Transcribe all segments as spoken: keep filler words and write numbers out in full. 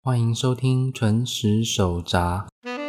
欢迎收听纯食手札。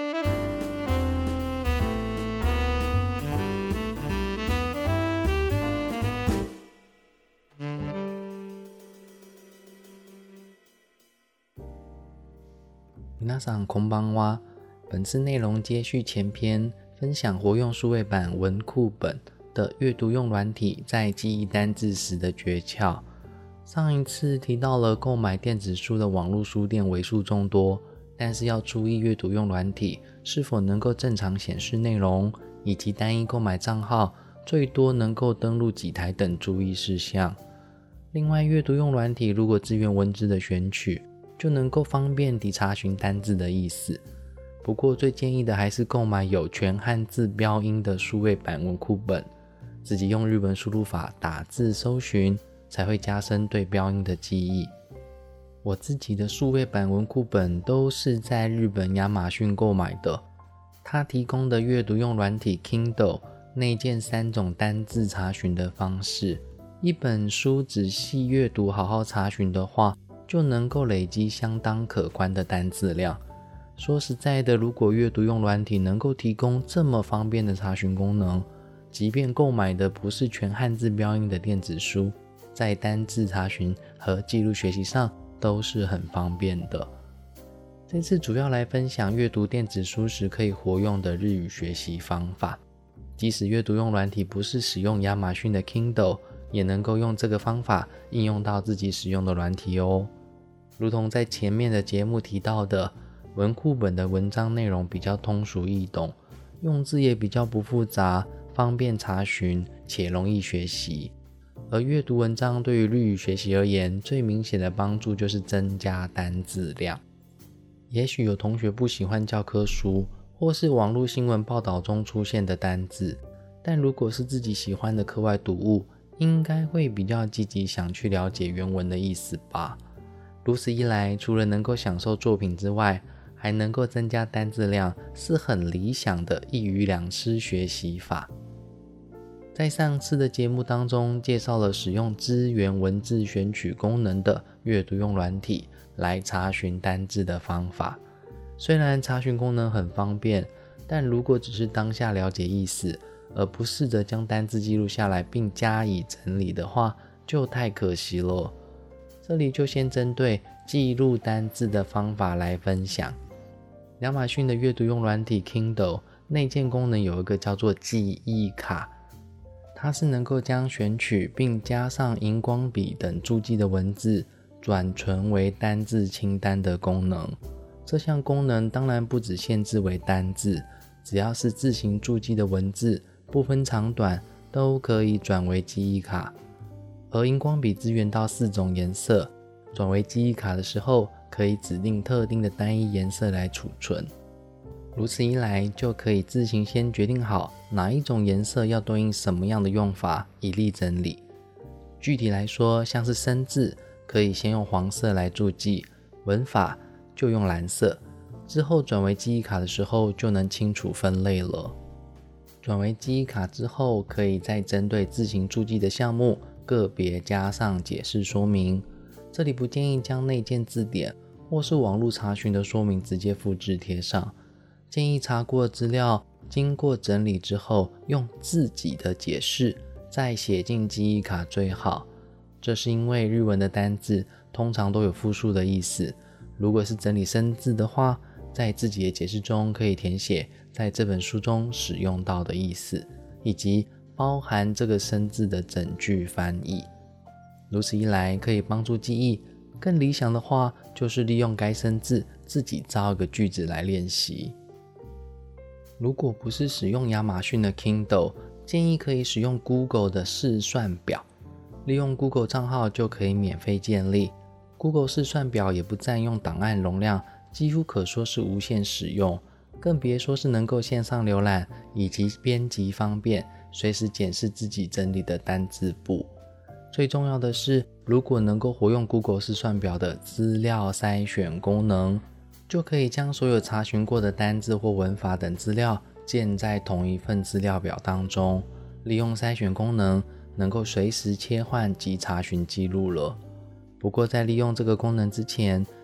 皆さんこんばんは。本次内容接续前篇，分享活用数位版文库本的阅读用软体在记忆单字时的诀窍。上一次提到了购买电子书的网络书店为数众多，但是要注意阅读用软体是否能够正常显示内容，以及单一购买账号最多能够登录几台等注意事项。另外，阅读用软体如果支援文字的选取，就能够方便地查询单字的意思。不过最建议的还是购买有全汉字标音的数位版文库本，自己用日文输入法打字搜寻，才会加深对标音的记忆。我自己的数位版文库本都是在日本亚马逊购买的，它提供的阅读用软体 Kindle 内建三种单字查询的方式。一本书仔细阅读好好查询的话，就能够累积相当可观的单字量。说实在的，如果阅读用软体能够提供这么方便的查询功能，即便购买的不是全汉字标音的电子书，在单字查询和记录学习上都是很方便的。这次主要来分享阅读电子书时可以活用的日语学习方法。即使阅读用软体不是使用亚马逊的 Kindle， 也能够用这个方法应用到自己使用的软体哦。如同在前面的节目提到的，文库本的文章内容比较通俗易懂，用字也比较不复杂，方便查询且容易学习。而阅读文章对于日语学习而言，最明显的帮助就是增加单字量。也许有同学不喜欢教科书或是网络新闻报道中出现的单字，但如果是自己喜欢的课外读物，应该会比较积极想去了解原文的意思吧。如此一来，除了能够享受作品之外，还能够增加单字量，是很理想的一鱼两吃学习法。在上次的节目当中介绍了使用支援文字选取功能的阅读用软体来查询单字的方法。虽然查询功能很方便，但如果只是当下了解意思，而不试着将单字记录下来并加以整理的话，就太可惜了。这里就先针对记录单字的方法来分享。亚马逊的阅读用软体 Kindle 内建功能有一个叫做记忆卡，它是能够将选取并加上荧光笔等注记的文字转存为单字清单的功能。这项功能当然不只限制为单字，只要是字形注记的文字，不分长短都可以转为记忆卡。而荧光笔支援到四种颜色，转为记忆卡的时候可以指定特定的单一颜色来储存。如此一来，就可以自行先决定好哪一种颜色要对应什么样的用法，以利整理。具体来说，像是生字可以先用黄色来注记，文法就用蓝色，之后转为记忆卡的时候就能清楚分类了。转为记忆卡之后，可以再针对字形注记的项目个别加上解释说明。这里不建议将内建字典或是网络查询的说明直接复制贴上，建议查过资料经过整理之后，用自己的解释再写进记忆卡最好。这是因为日文的单字通常都有复数的意思，如果是整理生字的话，在自己的解释中可以填写在这本书中使用到的意思，以及包含这个生字的整句翻译。如此一来可以帮助记忆，更理想的话就是利用该生字自己造一个句子来练习。如果不是使用亚马逊的 Kindle， 建议可以使用 Google 的试算表，利用 Google 账号就可以免费建立。 Google 试算表也不占用档案容量，几乎可说是无限使用，更别说是能够线上浏览以及编辑方便，随时检视自己整理的单字簿。最重要的是，如果能够活用 Google 试算表的资料筛选功能，就可以将所有查询过的单字或文法等资料建在同一份资料表当中，利用筛选功能能够随时切换及查询记录了。不过在利用这个功能之前，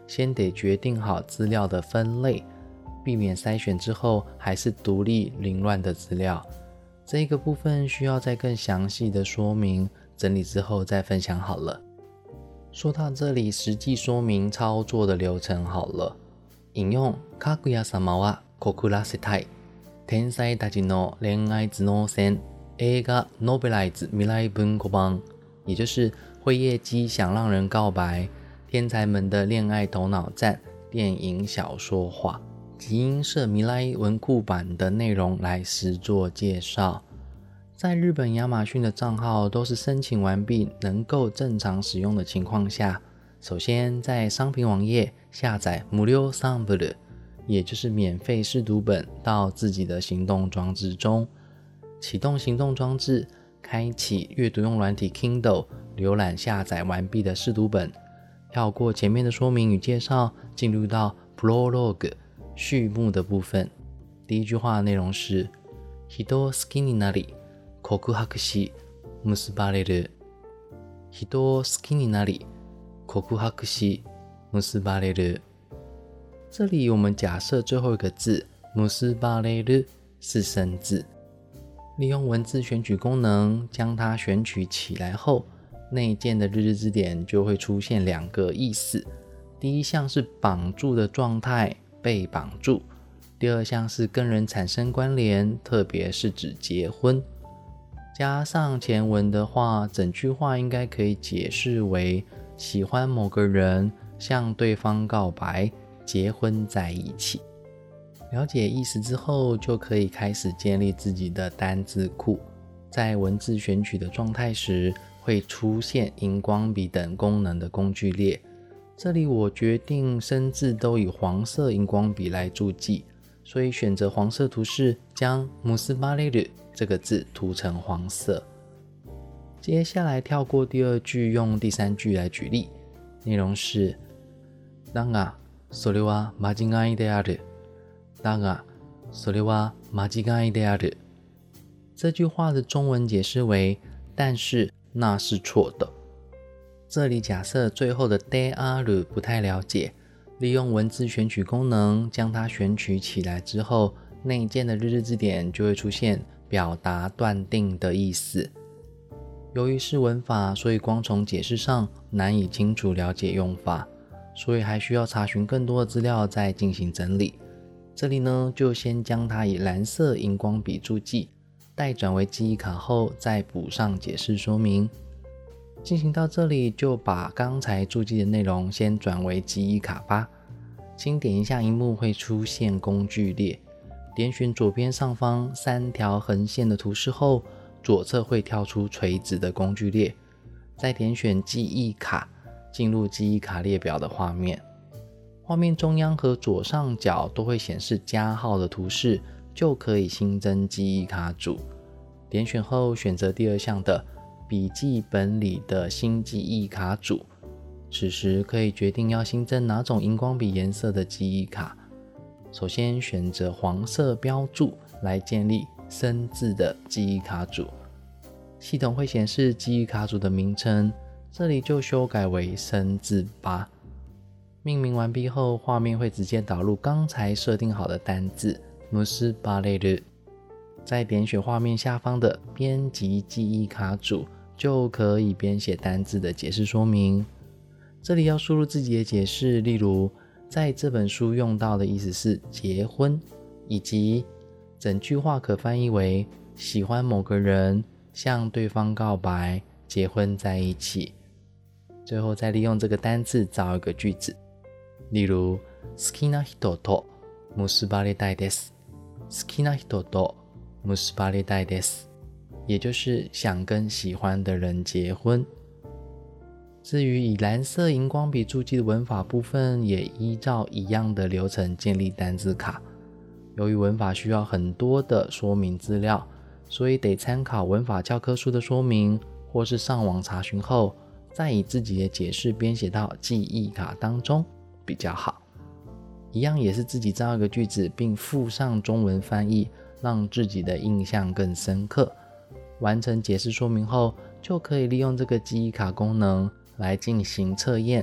先得决定好资料的分类，避免筛选之后还是独立凌乱的资料。这个部分需要再更详细的说明，整理之后再分享好了。说到这里，实际说明操作的流程好了。引用かぐや様は告らせたい天才たちの恋愛頭脳戦映画ノベライズ未来文庫版，也就是辉夜姬想让人告白，天才们的恋爱头脑战电影小说化，集英社未来文库版的内容来实作介绍。在日本亚马逊的账号都是申请完毕能够正常使用的情况下，首先在商品网页下载無料サンプル，也就是免费试读本到自己的行动装置中，启动行动装置，开启阅读用软体 Kindle， 浏览下载完毕的试读本，跳过前面的说明与介绍，进入到 Prologue 序幕的部分。第一句话的内容是人を好きになり告白し結ばれる。人を好きになり告白し結ばれる。这里我们假设最后一个字結ばれる是生字，利用文字选取功能将它选取起来后，内建的日日字典就会出现两个意思。第一项是绑住的状态，被绑住；第二项是跟人产生关联，特别是指结婚。加上前文的话，整句话应该可以解释为喜欢某个人，向对方告白，结婚在一起。了解意思之后，就可以开始建立自己的单字库。在文字选取的状态时，会出现荧光笔等功能的工具列。这里我决定生字都以黄色荧光笔来注记，所以选择黄色图示，将結ばれる这个字涂成黄色。接下来跳过第二句，用第三句来举例，内容是だがそれは間違いである。だがそれは間違いである。这句话的中文解释为但是那是错的。这里假设最后的である不太了解，利用文字选取功能将它选取起来之后，内建的日日字典就会出现表达断定的意思。由于是文法，所以光从解释上难以清楚了解用法，所以还需要查询更多的资料再进行整理。这里呢，就先将它以蓝色荧光笔注记，待转为记忆卡后再补上解释说明。进行到这里，就把刚才注记的内容先转为记忆卡吧。轻点一下萤幕会出现工具列，点选左边上方三条横线的图示后，左侧会跳出垂直的工具列，再点选记忆卡，进入记忆卡列表的画面。画面中央和左上角都会显示加号的图示，就可以新增记忆卡组。点选后选择第二项的笔记本里的新记忆卡组，此时可以决定要新增哪种荧光笔颜色的记忆卡。首先选择黄色标注来建立生字的记忆卡组，系统会显示记忆卡组的名称，这里就修改为生字吧。命名完毕后，画面会直接导入刚才设定好的单字結ばれる，再点选画面下方的编辑记忆卡组，就可以编写单字的解释说明。这里要输入自己的解释，例如在这本书用到的意思是结婚，以及整句话可翻译为喜欢某个人，向对方告白，结婚在一起。最后再利用这个单字造一个句子，例如好きな人と結ばれたいです。好きな人と結ばれたいです，也就是想跟喜欢的人结婚。至于以蓝色荧光笔注记的文法部分，也依照一样的流程建立单字卡。由于文法需要很多的说明资料，所以得参考文法教科书的说明，或是上网查询后，再以自己的解释编写到记忆卡当中比较好。一样也是自己造一个句子，并附上中文翻译，让自己的印象更深刻。完成解释说明后，就可以利用这个记忆卡功能来进行测验，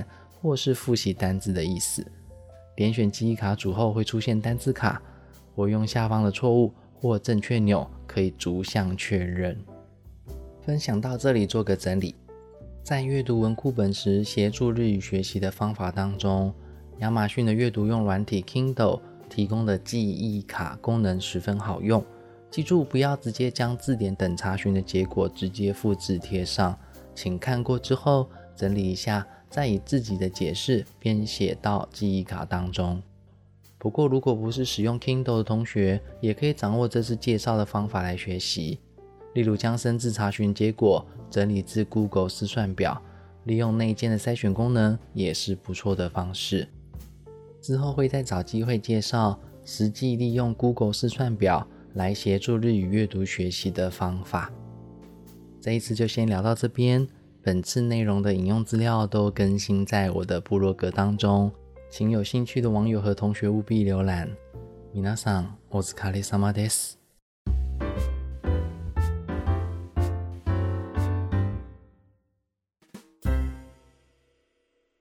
或是复习单字的意思。点选记忆卡组后会出现单字卡，活用下方的错误或正确钮可以逐项确认。分享到这里做个整理，在阅读文库本时协助日语学习的方法当中，亚马逊的阅读用软体 Kindle 提供的记忆卡功能十分好用。记住不要直接将字典等查询的结果直接复制贴上，请看过之后整理一下，再以自己的解释编写到记忆卡当中。不过如果不是使用 Kindle 的同学，也可以掌握这次介绍的方法来学习，例如将生字查询结果整理至 Google 试算表，利用内建的筛选功能也是不错的方式。之后会再找机会介绍实际利用 Google 试算表来协助日语阅读学习的方法。这一次就先聊到这边，本次内容的引用资料都更新在我的部落格当中，请有兴趣的网友和同学务必浏览。皆さんお疲れ様です。